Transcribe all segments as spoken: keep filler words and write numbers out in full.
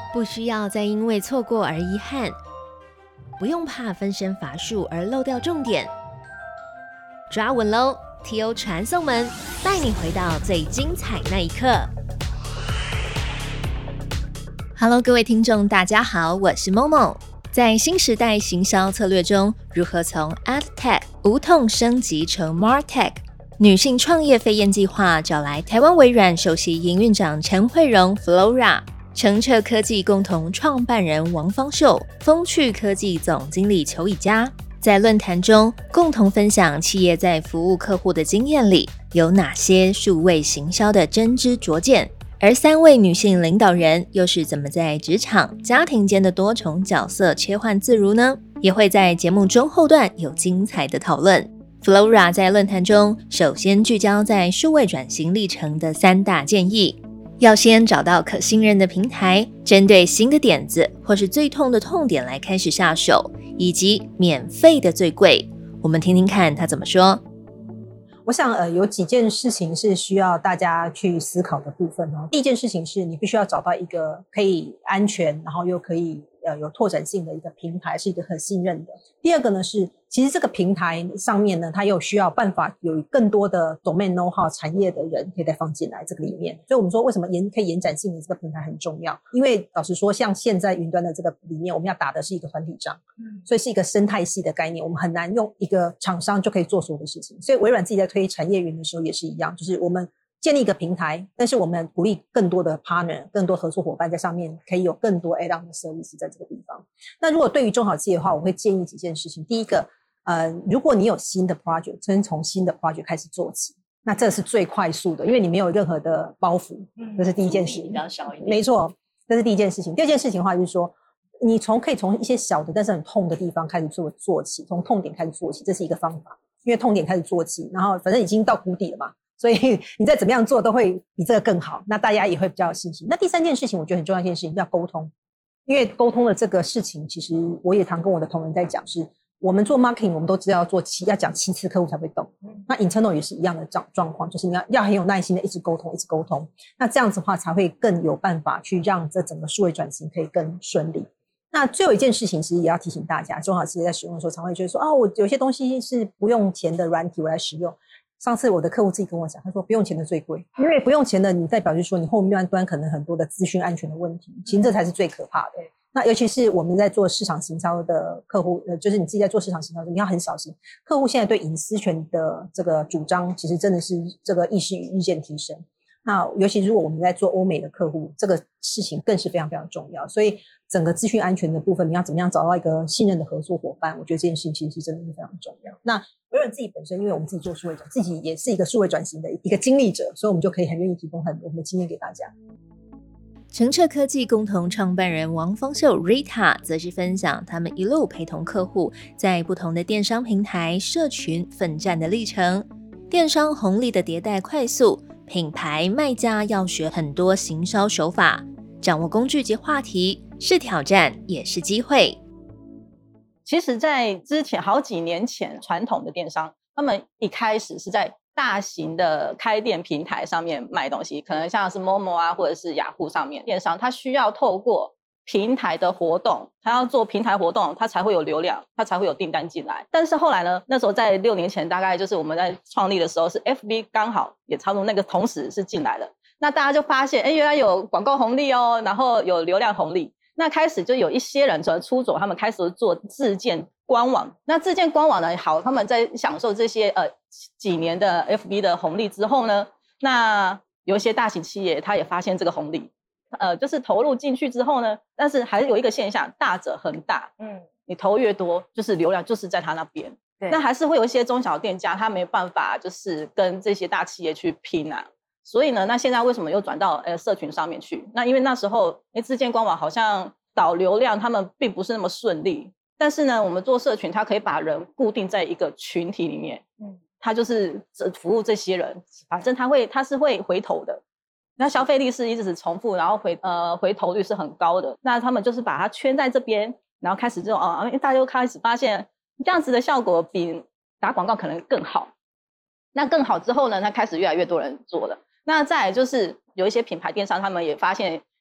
不需要再因为错过而遗憾，不用怕分身乏术而漏掉重点。抓稳喽 ！T O 传送门带你回到最精彩那一刻。Hello， 各位听众，大家好，我是 Momo。在新时代行销策略中，如何从 AdTech 无痛升级成 MarTech？ 女性创业飞燕计划找来台湾微软首席营运长陈慧蓉 Flora。澄澈科技共同创办人王方秀、风趣科技总经理裘以佳，在论坛中共同分享企业在服务客户的经验里有哪些数位行销的真知灼见，而三位女性领导人又是怎么在职场、家庭间的多重角色切换自如呢？也会在节目中后段有精彩的讨论。Flora 在论坛中首先聚焦在数位转型历程的三大建议。要先找到可信任的平台，针对新的点子或是最痛的痛点来开始下手，以及免费的最贵。我们听听看他怎么说。 我想呃，有几件事情是需要大家去思考的部分哦。第一件事情是你必须要找到一个可以安全，然后又可以呃有拓展性的一个平台，是一个可信任的。第二个呢是，其实这个平台上面呢，它又需要办法有更多的 domain know how 产业的人可以再放进来这个里面。所以我们说为什么延可以延展性的这个平台很重要，因为老实说，像现在云端的这个里面，我们要打的是一个团体仗，所以是一个生态系的概念，我们很难用一个厂商就可以做所有的事情。所以微软自己在推产业云的时候也是一样，就是我们建立一个平台，但是我们鼓励更多的 partner 更多合作伙伴在上面可以有更多 add-on 的 service 在这个地方。那如果对于中小企业的话，我会建议几件事情。第一个呃，如果你有新的 project， 先从新的 project 开始做起，那这是最快速的，因为你没有任何的包袱，这是第一件事情，比较小一点。没错，这是第一件事情。第二件事情的话就是说，你从可以从一些小的但是很痛的地方开始做做起，从痛点开始做起，这是一个方法。因为痛点开始做起，然后反正已经到谷底了嘛，所以你再怎么样做都会比这个更好，那大家也会比较有信心。那第三件事情我觉得很重要一件事情叫沟通，因为沟通的这个事情其实我也常跟我的同仁在讲，是我们做 marketing 我们都知道要做七要讲七次客户才会懂，那 internal 也是一样的状况，就是你要要很有耐心的一直沟通一直沟通，那这样子的话才会更有办法去让这整个数位转型可以更顺利。那最后一件事情其实也要提醒大家，中小企业在使用的时候常会觉得说啊，我有些东西是不用钱的软体我来使用。上次我的客户自己跟我讲，他说不用钱的最贵，因为不用钱的你代表就是说你后面端可能很多的资讯安全的问题，其实这才是最可怕的。那尤其是我们在做市场行销的客户，呃，就是你自己在做市场行销的，你要很小心。客户现在对隐私权的这个主张，其实真的是这个意识日渐提升。那尤其如果我们在做欧美的客户，这个事情更是非常非常重要。所以整个资讯安全的部分，你要怎么样找到一个信任的合作伙伴，我觉得这件事情其实是真的是非常重要。那微软自己本身，因为我们自己做数位转，自己也是一个数位转型的一个经历者，所以我们就可以很愿意提供很多我们的经验给大家。 澄澈科技共同创办人王方秀 Rita 则是分享他们一路陪同客户在不同的电商平台社群奋战的历程。电商红利的迭代快速，品牌卖家要学很多行销手法，掌握工具及话题是挑战也是机会。 其实在之前好几年前，传统的电商他们一开始是在大型的开店平台上面卖东西，可能像是 Momo 啊或者是雅虎上面，电商它需要透过平台的活动，它要做平台活动，它才会有流量，它才会有订单进来。但是后来呢，那时候在六年前，大概就是我们在创立的时候，是 F B 刚好也差不多那个同时是进来的，那大家就发现，哎，原来有广告红利哦，然后有流量红利。那开始就有一些人出走，他们开始做自建官网。那自建官网呢，好，他们在享受这些呃几年的 F B 的红利之后呢，那有一些大型企业他也发现这个红利，呃，就是投入进去之后呢，但是还是有一个现象，大者恒大，嗯，你投越多，就是流量就是在他那边，那还是会有一些中小店家他没办法就是跟这些大企业去拼啊。所以呢，那现在为什么又转到呃社群上面去？那因为那时候诶自建官网好像导流量他们并不是那么顺利，但是呢我们做社群它可以把人固定在一个群体里面，嗯，它就是服务这些人，反正它会它是会回头的，那消费力是一直是重复，然后回呃回头率是很高的，那他们就是把它圈在这边，然后开始这种啊、哦，大家就开始发现这样子的效果比打广告可能更好。那更好之后呢，它开始越来越多人做了。那再来就是有一些品牌电商他们也发现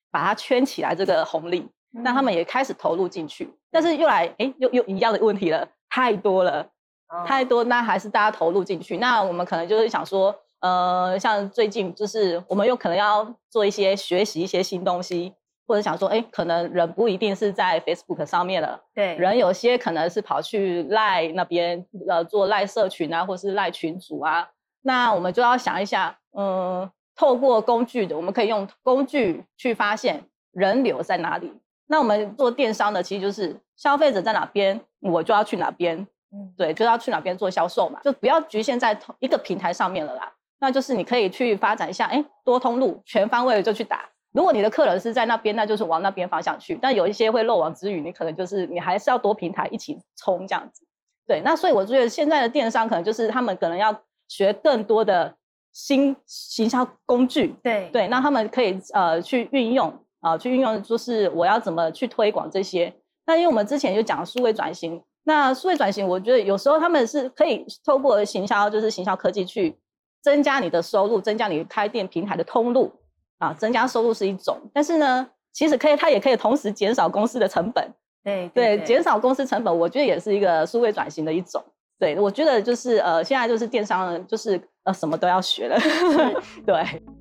把它圈起来这个红利，嗯、那他们也开始投入进去，但是又来哎又又一样的问题了，太多了，哦、太多，那还是大家投入进去，那我们可能就是想说，呃，像最近就是我们有可能要做一些学习一些新东西。或者想说，哎，可能人不一定是在 Facebook 上面了， 对， 人有些可能是跑去 Line 那边，呃，做 Line 社群啊，或是 Line 群组啊，那我们就要想一下，嗯，透过工具的，我们可以用工具去发现人流在哪里。那我们做电商的，其实就是消费者在哪边，我就要去哪边，嗯，对，就要去哪边做销售嘛，就不要局限在一个平台上面了啦。那就是你可以去发展一下，哎，多通路，全方位的就去打。如果你的客人是在那边，那就是往那边方向去。但有一些会漏网之鱼，你可能就是你还是要多平台一起冲这样子。对，那所以我觉得现在的电商可能就是他们可能要学更多的新行销工具。 对对，那他们可以呃去运用啊、呃，去运用就是我要怎么去推广这些。那因为我们之前就讲数位转型，那数位转型，我觉得有时候他们是可以透过行销，就是行销科技去增加你的收入，增加你开店平台的通路。啊，增加收入是一种，但是呢，其实可以，它也可以同时减少公司的成本。 对对, 对, 对， 减少公司成本，我觉得也是一个数位转型的一种。对，我觉得就是呃，现在就是电商，就是呃，什么都要学了。对。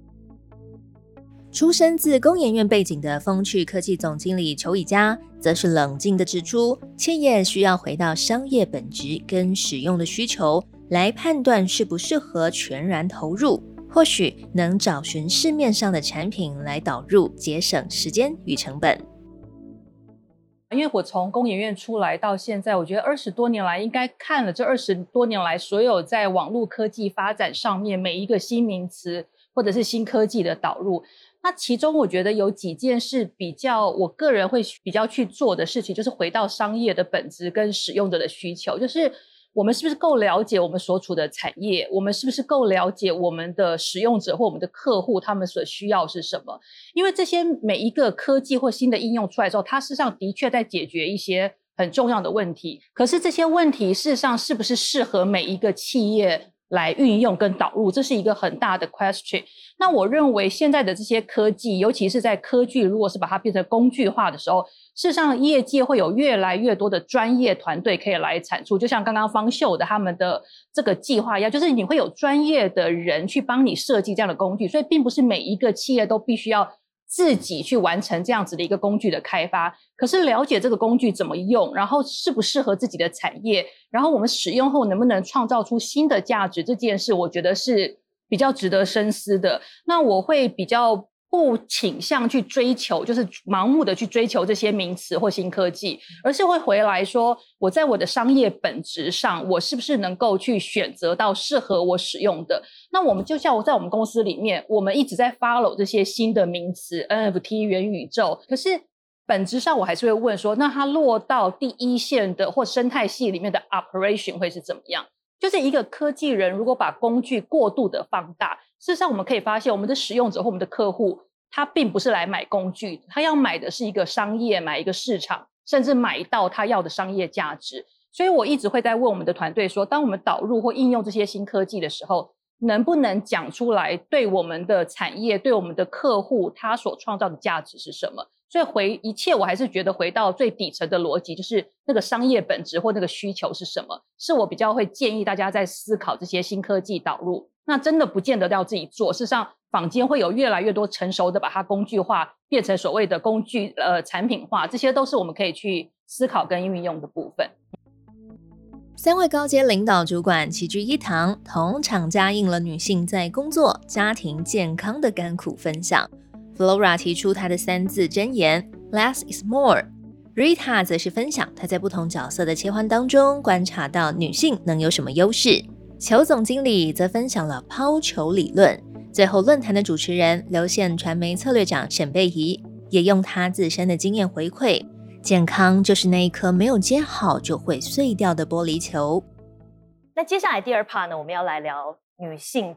出身自工研院背景的风趣科技总经理邱以佳，则是冷静地指出，企业需要回到商业本质跟使用的需求，来判断适不适合全然投入。或许能找寻市面上的产品来导入，节省时间与成本。 因为我从工研院出来到现在，我觉得二十多年来应该看了这二十多年来所有在网络科技发展上面每一个新名词或者是新科技的导入，那其中我觉得有几件事比较我个人会比较去做的事情，就是回到商业的本质跟使用者的需求，就是我们是不是够了解我们所处的产业？我们是不是够了解我们的使用者或我们的客户他们所需要是什么？因为这些每一个科技或新的应用出来之后，它事实上的确在解决一些很重要的问题。可是这些问题事实上是不是适合每一个企业来运用跟导入，这是一个很大的 question。 那我认为现在的这些科技，尤其是在科技如果是把它变成工具化的时候，事实上业界会有越来越多的专业团队可以来产出，就像刚刚方秀的他们的这个计划一样，就是你会有专业的人去帮你设计这样的工具，所以并不是每一个企业都必须要自己去完成这样子的一个工具的开发，可是了解这个工具怎么用，然后适不适合自己的产业，然后我们使用后能不能创造出新的价值，这件事我觉得是比较值得深思的。那我会比较不倾向去追求，就是盲目的去追求这些名词或新科技，而是会回来说，我在我的商业本质上，我是不是能够去选择到适合我使用的。那我们就像我在我们公司里面，我们一直在 follow 这些新的名词 N F T 元宇宙，可是本质上我还是会问说，那它落到第一线的或生态系里面的 operation 会是怎么样？就是一个科技人如果把工具过度的放大，事实上我们可以发现，我们的使用者或我们的客户他并不是来买工具，他要买的是一个商业，买一个市场，甚至买到他要的商业价值。所以我一直会在问我们的团队说，当我们导入或应用这些新科技的时候，能不能讲出来对我们的产业，对我们的客户他所创造的价值是什么。所以回一切我还是觉得回到最底层的逻辑，就是那个商业本质或那个需求是什么，是我比较会建议大家在思考这些新科技导入。那真的不见得要自己做，事实上坊间会有越来越多成熟的把它工具化，变成所谓的工具呃产品化，这些都是我们可以去思考跟运用的部分。 三位高阶领导主管齐聚一堂，同场加映了女性在工作、家庭、健康的甘苦分享。Flora 提出她的三字箴言 Less is more， Rita 则是分享她在不同角色的切换当中观察到女性能有什么优势。邱总经理则分享了抛球理论。最后论坛的主持人流线传媒策略长沈贝怡也用她自身的经验回馈，健康就是那一颗没有接好就会碎掉的玻璃球。 那接下来第二 part 呢，我们要来聊女性的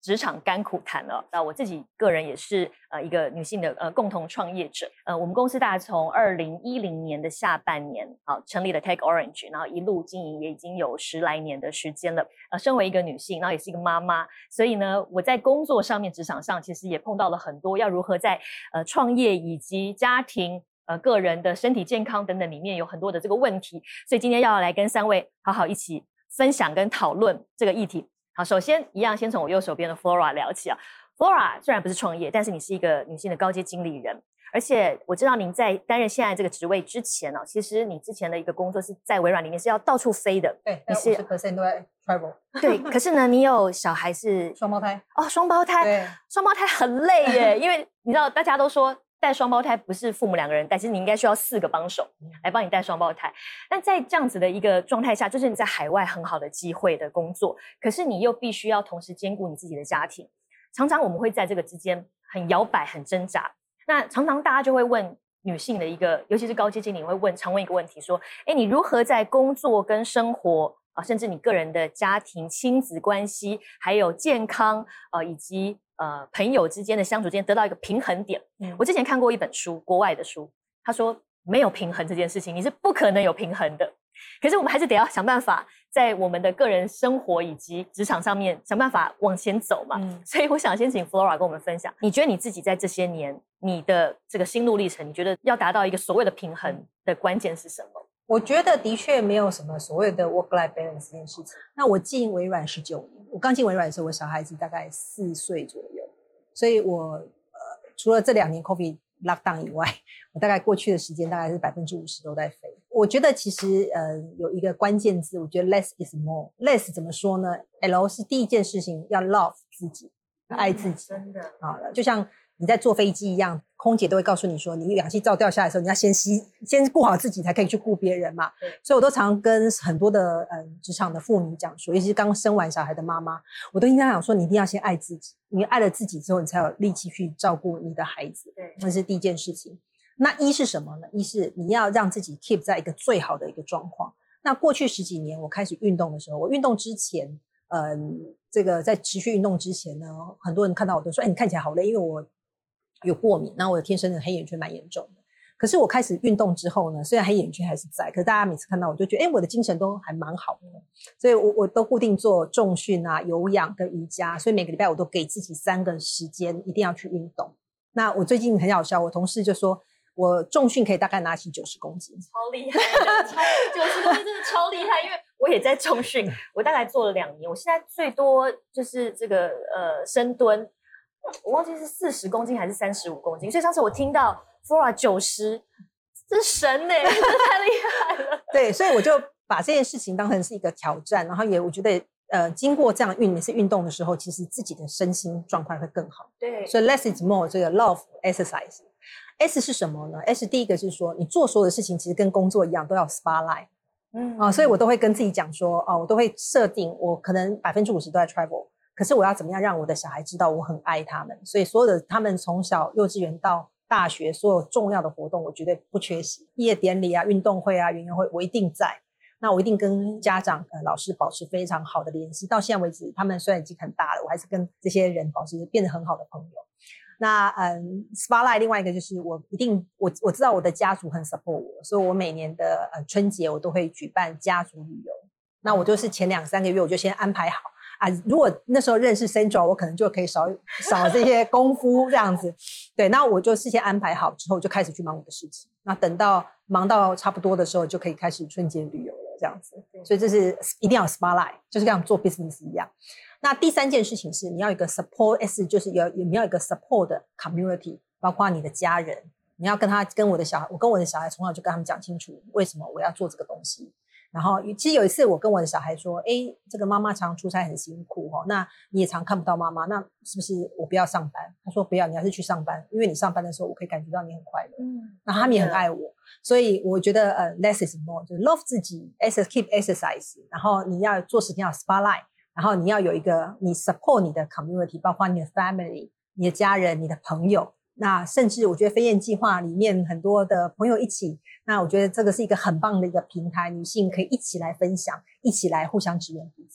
职场甘苦谈了。那我自己个人也是呃一个女性的呃共同创业者。呃，我们公司大概从二零一零年的下半年啊成立了 Tech Orange， 然后一路经营也已经有十来年的时间了。呃，身为一个女性，然后也是一个妈妈，所以呢，我在工作上面、职场上其实也碰到了很多要如何在呃创业以及家庭。呃，个人的身体健康等等里面有很多的这个问题，所以今天要来跟三位好好一起分享跟讨论这个议题。好，首先一样先从我右手边的 Flora 聊起啊。Flora 虽然不是创业，但是你是一个女性的高阶经理人，而且我知道您在担任现在这个职位之前呢、啊，其实你之前的一个工作是在微软里面是要到处飞的， 对， 你是五十 percent 都在 travel。 对，可是呢，你有小孩是双胞胎哦，双胞胎， 对， 双胞胎很累耶，因为你知道大家都说。带双胞胎不是父母两个人带，其实你应该需要四个帮手来帮你带双胞胎。但在这样子的一个状态下，就是你在海外很好的机会的工作，可是你又必须要同时兼顾你自己的家庭。常常我们会在这个之间很摇摆、很挣扎。那常常大家就会问女性的一个，尤其是高阶经理会问，常问一个问题说：哎，你如何在工作跟生活啊，甚至你个人的家庭、亲子关系，还有健康呃，以及呃，朋友之间的相处之间得到一个平衡点。嗯，我之前看过一本书，国外的书，他说没有平衡这件事情，你是不可能有平衡的。可是我们还是得要想办法，在我们的个人生活以及职场上面想办法往前走嘛。嗯，所以我想先请 Flora 跟我们分享，你觉得你自己在这些年你的这个心路历程，你觉得要达到一个所谓的平衡的关键是什么？ 我觉得的确没有什么所谓的 work-life balance 这件事情。那我进微软十九年，我刚进微软的时候，我小孩子大概四岁左右，所以我呃除了这两年 COVID lockdown 以外，我大概过去的时间大概是百分之五十都在飞。我觉得其实呃有一个关键字，我觉得 less is more。less 怎么说呢 ？L 是第一件事情要 love 自己，爱自己， 嗯、真的啊，就像你在坐飞机一样，空姐都会告诉你说，你氧气罩掉下来的时候，你要先吸，先顾好自己，才可以去顾别人嘛。所以我都常跟很多的呃职场的妇女讲说，尤其是刚生完小孩的妈妈，我都应该讲说，你一定要先爱自己，你爱了自己之后，你才有力气去照顾你的孩子。对，这是第一件事情。那一是什么呢？一是你要让自己 keep 在一个最好的一个状况。那过去十几年我开始运动的时候，我运动之前，呃，这个在持续运动之前呢，很多人看到我都说，哎，你看起来好累，因为我有过敏，然后我天生的黑眼圈蛮严重的。可是我开始运动之后呢，虽然黑眼圈还是在，可是大家每次看到我就觉得，哎，我的精神都还蛮好的。所以我我都固定做重训啊、有氧跟瑜伽，所以每个礼拜我都给自己三个时间一定要去运动。那我最近很好笑，我同事就说我重训可以大概拿起九十公斤， 超厉害的，超九十公斤真的超厉害，因为我也在重训，我大概做了两年，我现在最多就是这个呃深蹲。我忘记是四十公斤还是三十五公斤，所以上次我听到 Flora 九十，这是神欸，这太厉害了。 对，所以我就把这件事情当成是一个挑战，然后也我觉得呃，经过这样运每次运动的时候，其实自己的身心状态会更好。 对， 所以 less is more 这个 love exercise。S 是什么呢 ？S 第一个是说，你做所有的事情其实跟工作一样，都要 spotlight。嗯啊、呃，所以我都会跟自己讲说，哦，我都会设定，我可能百分之五十都在 travel。可是我要怎么样让我的小孩知道我很爱他们？所以所有的他们从小幼稚园到大学所有重要的活动，我绝对不缺席。毕业典礼啊、运动会啊、园游会，我一定在。那我一定跟家长、呃、老师保持非常好的联系。到现在为止，他们虽然已经很大了，我还是跟这些人保持变得很好的朋友。那嗯 ，spotlight 另外一个就是我一定我我知道我的家族很 support 我，所以我每年的呃春节我都会举办家族旅游。那我就是前两三个月我就先安排好。啊，如果那时候认识 Central， 我可能就可以少少这些功夫这样子。对，那我就事先安排好之后，就开始去忙我的事情。那等到忙到差不多的时候，就可以开始春节旅游了，这样子。所以这是一定要有 spotlight， 就是像做 business 一样。那第三件事情是你要有一个 support S， 就是有你要有一个 support 的 community， 包括你的家人，你要跟他跟我的小孩，我跟我的小孩从小就跟他们讲清楚为什么我要做这个东西。然后其实有一次我跟我的小孩说，诶，这个妈妈常出差很辛苦哦，那你也常看不到妈妈，那是不是我不要上班？他说不要，你还是去上班，因为你上班的时候我可以感觉到你很快乐。嗯，那他们也很爱我，所以我觉得呃 less is more， 就是 love 自己 keep exercise， 然后你要做事情要 spotlight， 然后你要有一个你 support 你的 community， 包括你的 family， 你的家人，你的朋友。那甚至我觉得飞燕计划里面很多的朋友一起，那我觉得这个是一个很棒的一个平台，女性可以一起来分享，一起来互相支援彼此。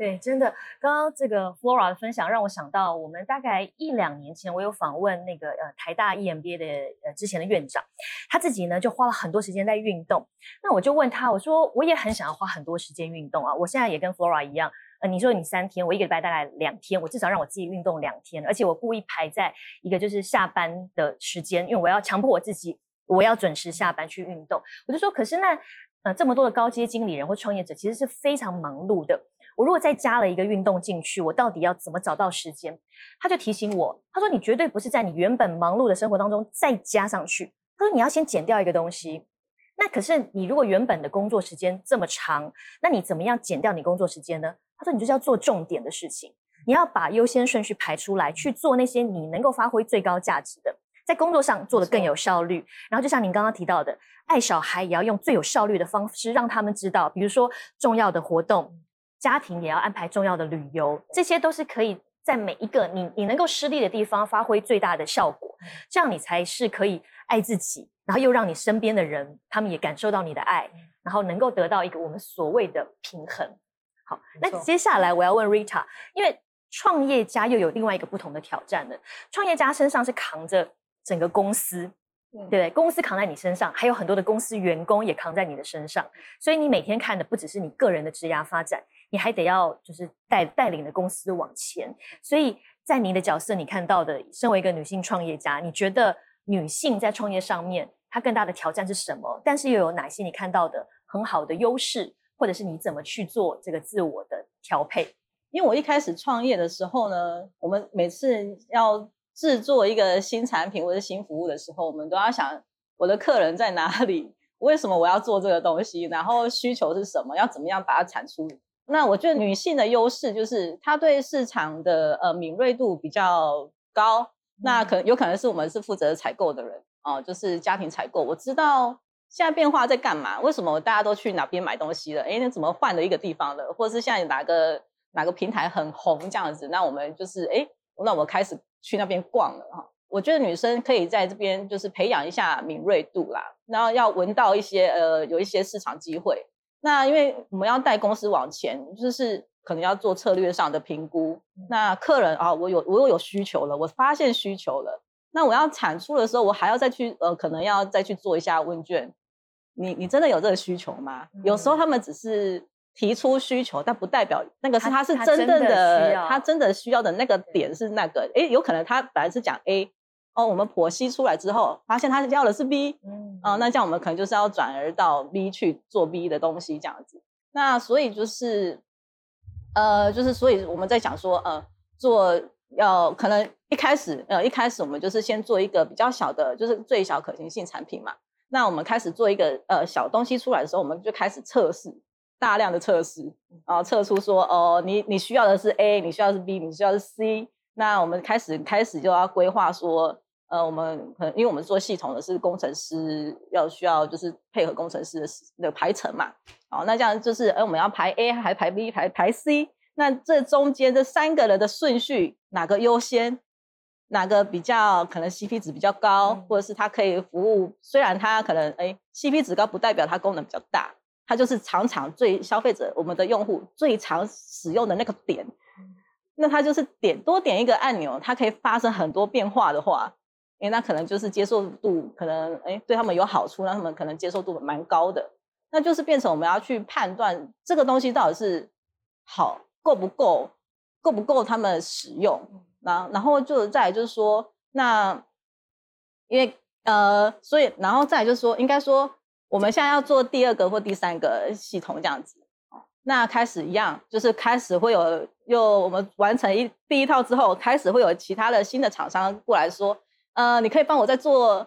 对，真的，刚刚这个 Flora 的分享让我想到，我们大概一两年前，我有访问那个呃台大 E M B A 的呃之前的院长，他自己呢就花了很多时间在运动。那我就问他，我说我也很想要花很多时间运动啊，我现在也跟 Flora 一样，呃，你说你三天，我一个礼拜大概两天，我至少让我自己运动两天，而且我故意排在一个就是下班的时间，因为我要强迫我自己，我要准时下班去运动。我就说，可是那呃这么多的高阶经理人或创业者其实是非常忙碌的。我如果再加了一个运动进去，我到底要怎么找到时间？他就提醒我，他说你绝对不是在你原本忙碌的生活当中再加上去，他说你要先减掉一个东西。那可是你如果原本的工作时间这么长，那你怎么样减掉你工作时间呢？他说你就是要做重点的事情，你要把优先顺序排出来，去做那些你能够发挥最高价值的，在工作上做得更有效率。然后就像您刚刚提到的，爱小孩也要用最有效率的方式让他们知道，比如说重要的活动，家庭也要安排重要的旅游，这些都是可以在每一个你你能够施力的地方发挥最大的效果，这样你才是可以爱自己，然后又让你身边的人他们也感受到你的爱，然后能够得到一个我们所谓的平衡。好，那接下来我要问 Rita， 因为创业家又有另外一个不同的挑战了，创业家身上是扛着整个公司，对不对？公司扛在你身上，还有很多的公司员工也扛在你的身上，所以你每天看的不只是你个人的职涯发展，你还得要就是带带领的公司往前。所以在您的角色，你看到的，身为一个女性创业家，你觉得女性在创业上面，她更大的挑战是什么？但是又有哪些你看到的很好的优势，或者是你怎么去做这个自我的调配？ 因为我一开始创业的时候呢，我们每次要制作一个新产品或者新服务的时候，我们都要想我的客人在哪里，为什么我要做这个东西，然后需求是什么，要怎么样把它产出。那我觉得女性的优势就是她对市场的呃敏锐度比较高，那可能有可能是我们是负责采购的人哦、呃，就是家庭采购，我知道现在变化在干嘛，为什么大家都去哪边买东西了，诶那怎么换了一个地方了，或者是现在哪个哪个平台很红这样子，那我们就是诶那我们开始去那边逛了哈。我觉得女生可以在这边就是培养一下敏锐度啦，然后要闻到一些呃有一些市场机会。那因为我们要带公司往前，就是可能要做策略上的评估。那客人啊，我有我又有需求了，我发现需求了，那我要产出的时候，我还要再去呃可能要再去做一下问卷。你你真的有这个需求吗？嗯、有时候他们只是提出需求，但不代表那个是他是真的的，他真的需要的那个点是那个。诶，有可能他本来是讲 A， 哦，我们剖析出来之后，发现他要的是 B， 嗯、呃，那这样我们可能就是要转而到 B 去做 B 的东西这样子。那所以就是呃，就是所以我们在讲说，呃，做要可能一开始呃一开始我们就是先做一个比较小的，就是最小可行性产品嘛。那我们开始做一个呃小东西出来的时候，我们就开始测试。大量的测试，然后测出说，哦，你你需要的是 A， 你需要的是 B， 你需要的是 C。那我们开始开始就要规划说，呃，我们可能因为我们做系统的是工程师，要需要就是配合工程师的的排程嘛。好，那这样就是，哎，我们要排 A 还排 B 排排 C， 那这中间这三个人的顺序哪个优先？哪个比较可能 C P 值比较高，嗯、或者是它可以服务，虽然它可能哎 C P 值高，不代表它功能比较大。它就是常常最消费者我们的用户最常使用的那个点，那它就是点多点一个按钮，它可以发生很多变化的话，因为那可能就是接受度可能哎对他们有好处，那他们可能接受度蛮高的，那就是变成我们要去判断这个东西到底是好够不够够不够他们使用，然后然后就再来就是说，那因为呃所以然后再来就是说应该说。我们现在要做第二个或第三个系统这样子，那开始一样，就是开始会有，又我们完成一第一套之后，开始会有其他的新的厂商过来说，呃，你可以帮我再做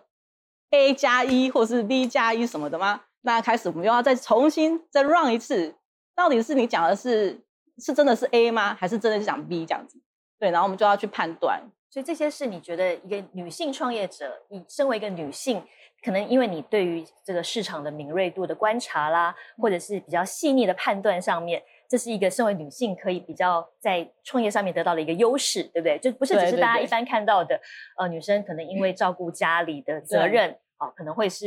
A 加一或是 B 加一什么的吗？那开始我们又要再重新再 run 一次，到底是你讲的是是真的是 A 吗？还是真的是讲 B 这样子？对，然后我们就要去判断。 所以这些是你觉得一个女性创业者，你身为一个女性。可能因为你对于这个市场的敏锐度的观察啦，或者是比较细腻的判断上面，这是一个身为女性可以比较在创业上面得到的一个优势，对不对？就不是只是大家一般看到的，呃，女生可能因为照顾家里的责任，啊、哦，可能会是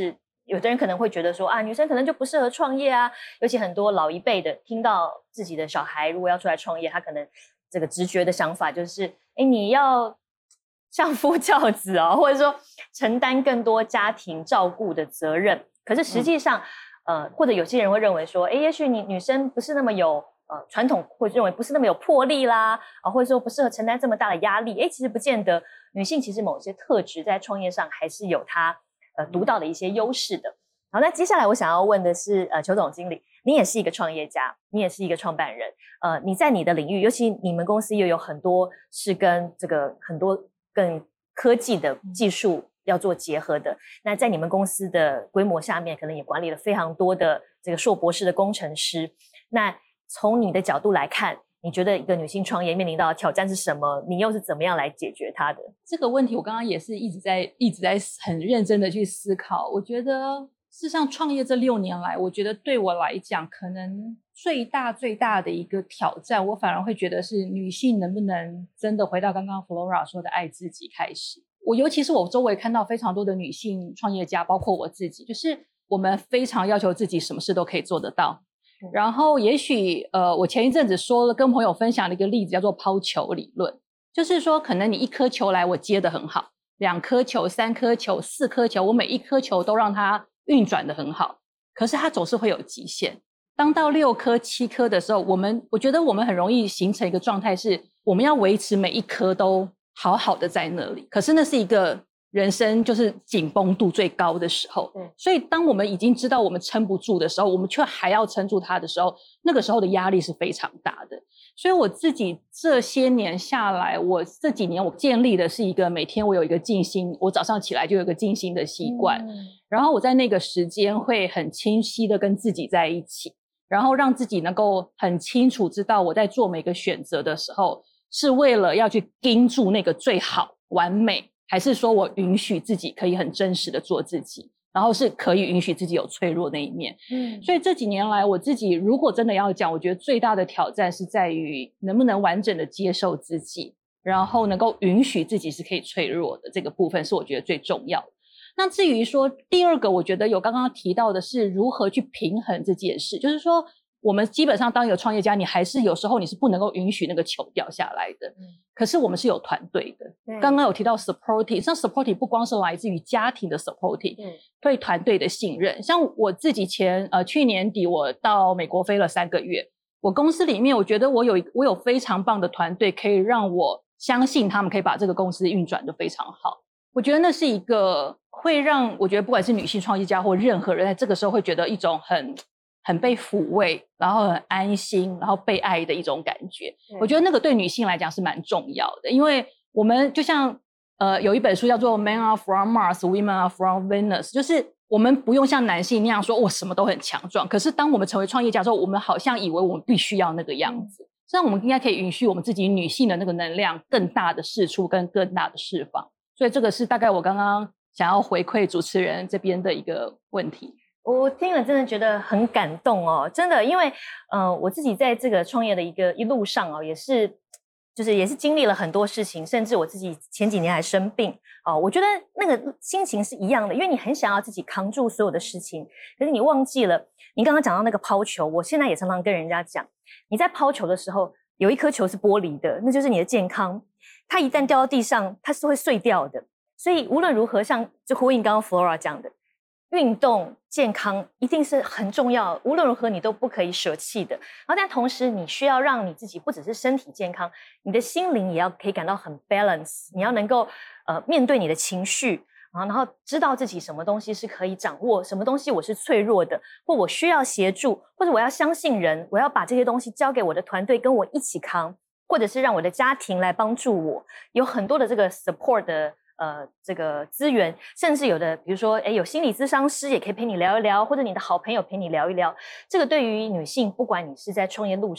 有的人可能会觉得说啊，女生可能就不适合创业啊，尤其很多老一辈的听到自己的小孩如果要出来创业，他可能这个直觉的想法就是，哎，你要相夫教子哦，或者说承担更多家庭照顾的责任。可是实际上，嗯、呃，或者有些人会认为说，哎，也许你女生不是那么有呃传统会认为不是那么有魄力啦，啊，或者说不适合承担这么大的压力。哎，其实不见得，女性其实某些特质在创业上还是有她呃独到的一些优势的。好，那接下来我想要问的是，呃，邱总经理，你也是一个创业家，你也是一个创办人，呃，你在你的领域，尤其你们公司又有很多是跟这个很多更科技的技术要做结合的，那在你们公司的规模下面，可能也管理了非常多的这个硕博士的工程师。那从你的角度来看，你觉得一个女性创业面临到的挑战是什么？你又是怎么样来解决它的？ 这个问题我刚刚也是一直在一直在很认真的去思考。我觉得事实上创业这六年来，我觉得对我来讲可能最大最大的一个挑战，我反而会觉得是女性能不能真的回到刚刚 Flora 说的爱自己开始。我尤其是我周围看到非常多的女性创业家，包括我自己，就是我们非常要求自己什么事都可以做得到。然后也许呃，我前一阵子说了跟朋友分享了一个例子，叫做抛球理论，就是说可能你一颗球来我接得很好，两颗球、三颗球、四颗球，我每一颗球都让它运转得很好，可是它总是会有极限。当到六颗、七颗的时候，我们我觉得我们很容易形成一个状态，是我们要维持每一颗都好好的在那里，可是那是一个人生就是紧绷度最高的时候，嗯，所以当我们已经知道我们撑不住的时候，我们却还要撑住它的时候，那个时候的压力是非常大的。所以我自己这些年下来，我这几年我建立的是一个每天我有一个静心，我早上起来就有一个静心的习惯，嗯，然后我在那个时间会很清晰的跟自己在一起，然后让自己能够很清楚知道我在做每个选择的时候是为了要去盯住那个最好完美，还是说我允许自己可以很真实的做自己，然后是可以允许自己有脆弱那一面。嗯，所以这几年来我自己如果真的要讲，我觉得最大的挑战是在于能不能完整的接受自己，然后能够允许自己是可以脆弱的，这个部分是我觉得最重要的。那至于说第二个，我觉得有刚刚提到的是如何去平衡这件事，就是说我们基本上当一个创业家，你还是有时候你是不能够允许那个球掉下来的，嗯，可是我们是有团队的，刚刚有提到 supporting， 像 supporting 不光是来自于家庭的 supporting，嗯，对团队的信任。像我自己前呃去年底我到美国飞了三个月，我公司里面我觉得我有我有非常棒的团队，可以让我相信他们可以把这个公司运转得非常好。我觉得那是一个会让我觉得不管是女性创业家或任何人在这个时候会觉得一种很很被抚慰，然后很安心，然后被爱的一种感觉。我觉得那个对女性来讲是蛮重要的，因为我们就像呃有一本书叫做 Men are from Mars, Women are from Venus， 就是我们不用像男性那样说我什么都很强壮，可是当我们成为创业家之后，我们好像以为我们必须要那个样子，这样我们应该可以允许我们自己女性的那个能量更大的释出跟更大的释放。所以这个是大概我刚刚想要回馈主持人这边的一个问题。 我听了真的觉得很感动哦，真的，因为呃我自己在这个创业的一个一路上哦，也是就是也是经历了很多事情，甚至我自己前几年还生病哦，我觉得那个心情是一样的，因为你很想要自己扛住所有的事情，可是你忘记了，你刚刚讲到那个抛球，我现在也常常跟人家讲，你在抛球的时候，有一颗球是玻璃的，那就是你的健康，它一旦掉到地上，它是会碎掉的。所以无论如何，像就呼应刚刚 Flora 讲的，运动健康一定是很重要，无论如何你都不可以舍弃的。然后但同时你需要让你自己不只是身体健康，你的心灵也要可以感到很 balance， 你要能够呃面对你的情绪，然后知道自己什么东西是可以掌握，什么东西我是脆弱的，或我需要协助，或者我要相信人，我要把这些东西交给我的团队跟我一起扛，或者是让我的家庭来帮助我，有很多的这个 support 的呃，这个资源，甚至有的，比如说，哎，有心理咨商师也可以陪你聊一聊，或者你的好朋友陪你聊一聊。这个对于女性，不管你是在创业路上，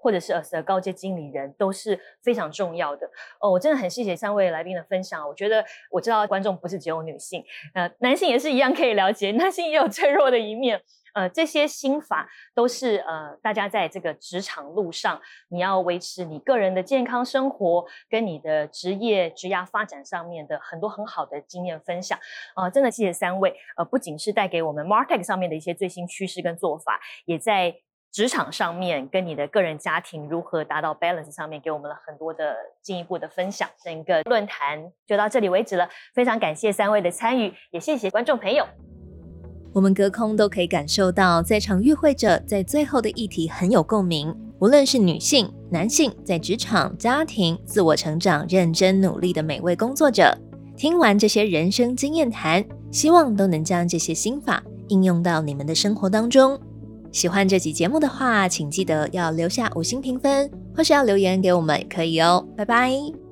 或者是 as 的高阶经理人都是非常重要的。哦，我真的很谢谢三位来宾的分享。我觉得我知道观众不是只有女性，呃，男性也是一样可以了解，男性也有脆弱的一面。呃，这些心法都是呃，大家在这个职场路上，你要维持你个人的健康生活，跟你的职业职涯发展上面的很多很好的经验分享。呃，真的谢谢三位，呃，不仅是带给我们 MarTech 上面的一些最新趋势跟做法，也在职场上面跟你的个人家庭如何达到 balance 上面给我们了很多的进一步的分享。整个论坛就到这里为止了，非常感谢三位的参与，也谢谢观众朋友。我们隔空都可以感受到在场与会者在最后的议题很有共鸣，无论是女性、男性，在职场、家庭、自我成长认真努力的每位工作者，听完这些人生经验谈，希望都能将这些心法应用到你们的生活当中。喜欢这集节目的话，请记得要留下五星评分，或是要留言给我们也可以哦。拜拜。